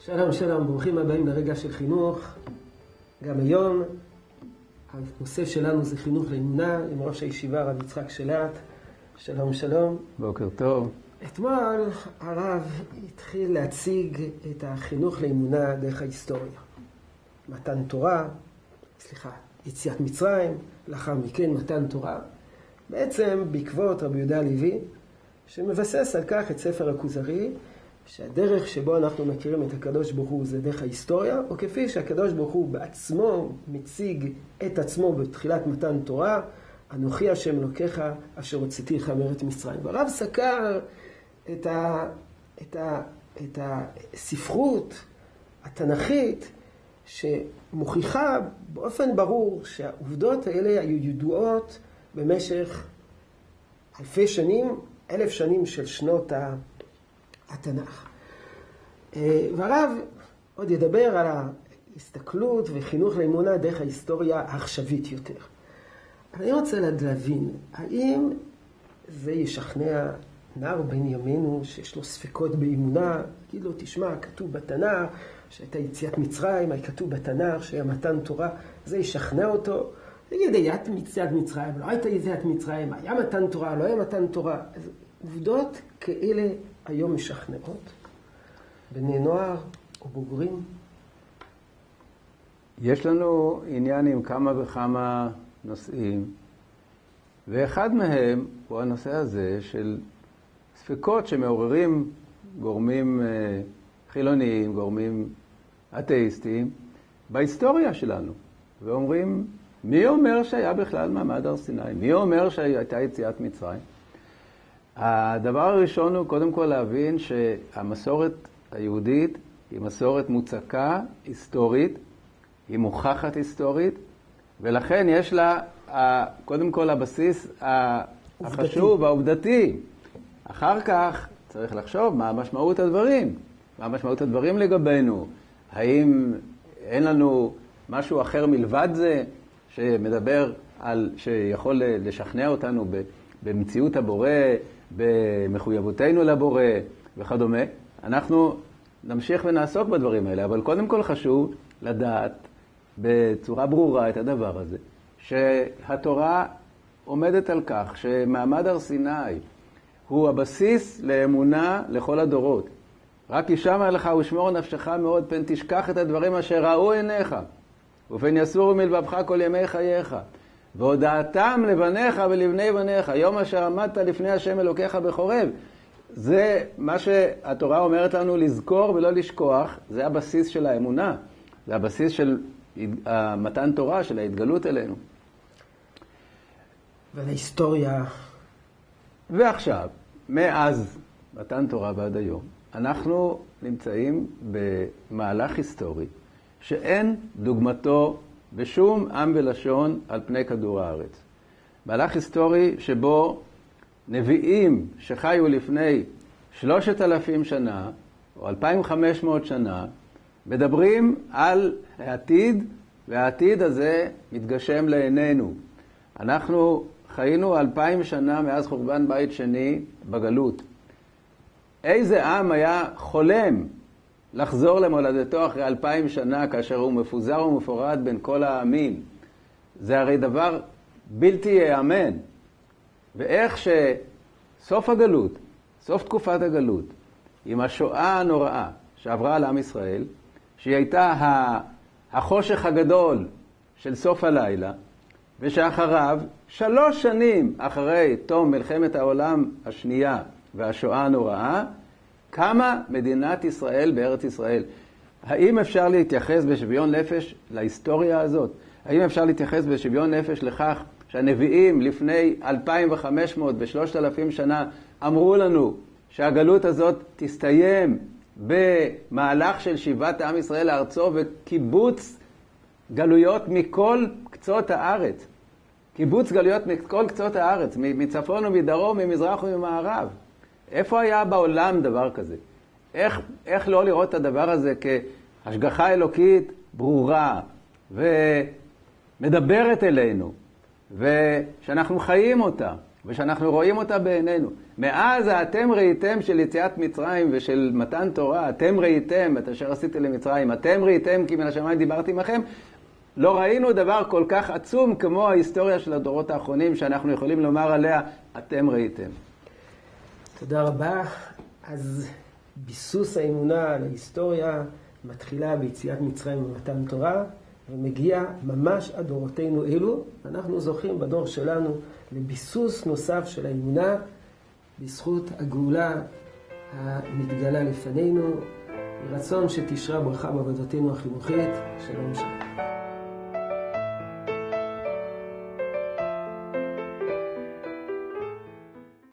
שלום, שלום, ברוכים הבאים לרגע של חינוך. גם היום הנושא שלנו זה חינוך לאמונה, עם ראש הישיבה הרב יצחק שלט. שלום, שלום. בוקר טוב. אתמול הרב התחיל להציג את החינוך לאמונה דרך ההיסטוריה. מתן תורה, יציאת מצרים, לאחר מכן מתן תורה. בעצם בעקבות רבי יהודה הלוי, שמבסס על כך את ספר הכוזרי, שהדרך שבו אנחנו מכירים את הקדוש ברוך הוא זה דרך ההיסטוריה, או כפי שהקדוש ברוך הוא בעצמו מציג את עצמו בתחילת מתן תורה, אנוכי השם אלוקיך אשר הוצאתיך מארץ מצרים. והרב סקר את הספרות התנ"כית שמוכיחה באופן ברור שהעובדות האלה היו ידועות במשך אלפי שנים, 1000 שנים של שנות התנ"ך. והרב עוד ידבר על ההסתכלות וחינוך לאמונה דרך ההיסטוריה העכשווית יותר. אני רוצה להבין, האם זה ישכנע נער בן ימינו שיש לו ספקות באמונה, יגיד לו, תשמע, כתוב בתנ"ך שהייתה יציאת מצרים, היה כתוב בתנ"ך שהיה מתן תורה, זה ישכנע אותו. יגיד, היה יציאת מצרים, לא הייתה יציאת מצרים, היה מתן תורה, לא היה מתן תורה. אז עובדות כאלה היום משכנעות, בני נוער או בוגרים. יש לנו עניין עם כמה וכמה נושאים, ואחד מהם הוא הנושא הזה של ספקות שמעוררים גורמים חילוניים, גורמים אתאיסטיים, בהיסטוריה שלנו. ואומרים, מי אומר שהיה בכלל מעמד הר סיני? מי אומר שהייתה יציאת מצרים? הדבר הראשון הוא קודם כל להבין שהמסורת היהודית היא מסורת מוצקה, היסטורית, היא מוכחת היסטורית, ולכן יש לה קודם כל הבסיס החשוב, העובדתי. אחר כך צריך לחשוב מה משמעות הדברים, מה משמעות הדברים לגבינו. האם אין לנו משהו אחר מלבד זה שמדבר על, שיכול לשכנע אותנו במציאות הבורא, במחויבותנו לבורא וכדומה. אנחנו נמשיך ונעסוק בדברים האלה, אבל קודם כל חשוב לדעת בצורה ברורה את הדבר הזה, שהתורה עומדת על כך שמעמד הר סיני הוא הבסיס לאמונה לכל הדורות. רק ישמע לך ושמור נפשך מאוד, פן תשכח את הדברים אשר ראו עיניך, ופן יסורו מלבבך כל ימי חייך. והודעתם לבניך ולבני בניך, יום אשר עמדת לפני השם אלוקיך בחורב. זה מה שהתורה אומרת לנו לזכור ולא לשכוח, זה הבסיס של האמונה, זה הבסיס של מתן תורה, של ההתגלות אלינו. ולהיסטוריה. ועכשיו, מאז מתן תורה ועד היום, אנחנו נמצאים במהלך היסטורי שאין דוגמתו בשום עם ולשון על פני כדור הארץ. מהלך היסטורי שבו נביאים שחיו לפני 3,000 שנה או 2,500 שנה מדברים על העתיד, והעתיד הזה מתגשם לעינינו. אנחנו חיינו 2,000 שנה מאז חורבן בית שני בגלות. איזה עם היה חולם לחזור למולדתו אחרי 2,000 שנה כאשר הוא מפוזר ומפורד בין כל העמים? זה הרי דבר בלתי ייאמן. ואיך שסוף הגלות, סוף תקופת הגלות, עם השואה הנוראה שעברה על עם ישראל, שהיא הייתה החושך הגדול של סוף הלילה, ושאחריו, 3 שנים אחרי תום מלחמת העולם השנייה והשואה הנוראה, קמה מדינת ישראל בארץ ישראל. האם אפשר להתייחס בשוויון נפש להיסטוריה הזאת? האם אפשר להתייחס בשוויון נפש לכך שהנביאים לפני 2,500 ו3,000 שנה אמרו לנו שהגלות הזאת תסתיים במהלך של שיבת עם ישראל לארצו וקיבוץ גלויות מכל קצות הארץ? קיבוץ גלויות מכל קצות הארץ, מצפון ומדרום, ממזרח וממערב. איפה היה בעולם דבר כזה? איך לא לראות את הדבר הזה כהשגחה אלוקית ברורה ומדברת אלינו, ושאנחנו חיים אותה, ושאנחנו רואים אותה בעינינו. מאז אתם ראיתם של יציאת מצרים ושל מתן תורה, אתם ראיתם את אשר עשיתי למצרים, אתם ראיתם כי מן השמיים דיברתי עמכם, לא ראינו דבר כל כך עצום כמו ההיסטוריה של הדורות האחרונים שאנחנו יכולים לומר עליה, אתם ראיתם. תודה רבה. אז ביסוס האמונה על ההיסטוריה מתחילה ביציאת מצרים ומתן תורה, ומגיע ממש עד דורותינו אלו. אנחנו זוכים בדור שלנו לביסוס נוסף של האמונה, בזכות הגאולה המתגלה לפנינו. ברצון שתשרה ברכה בעבודתנו החינוכית. שלום שלום.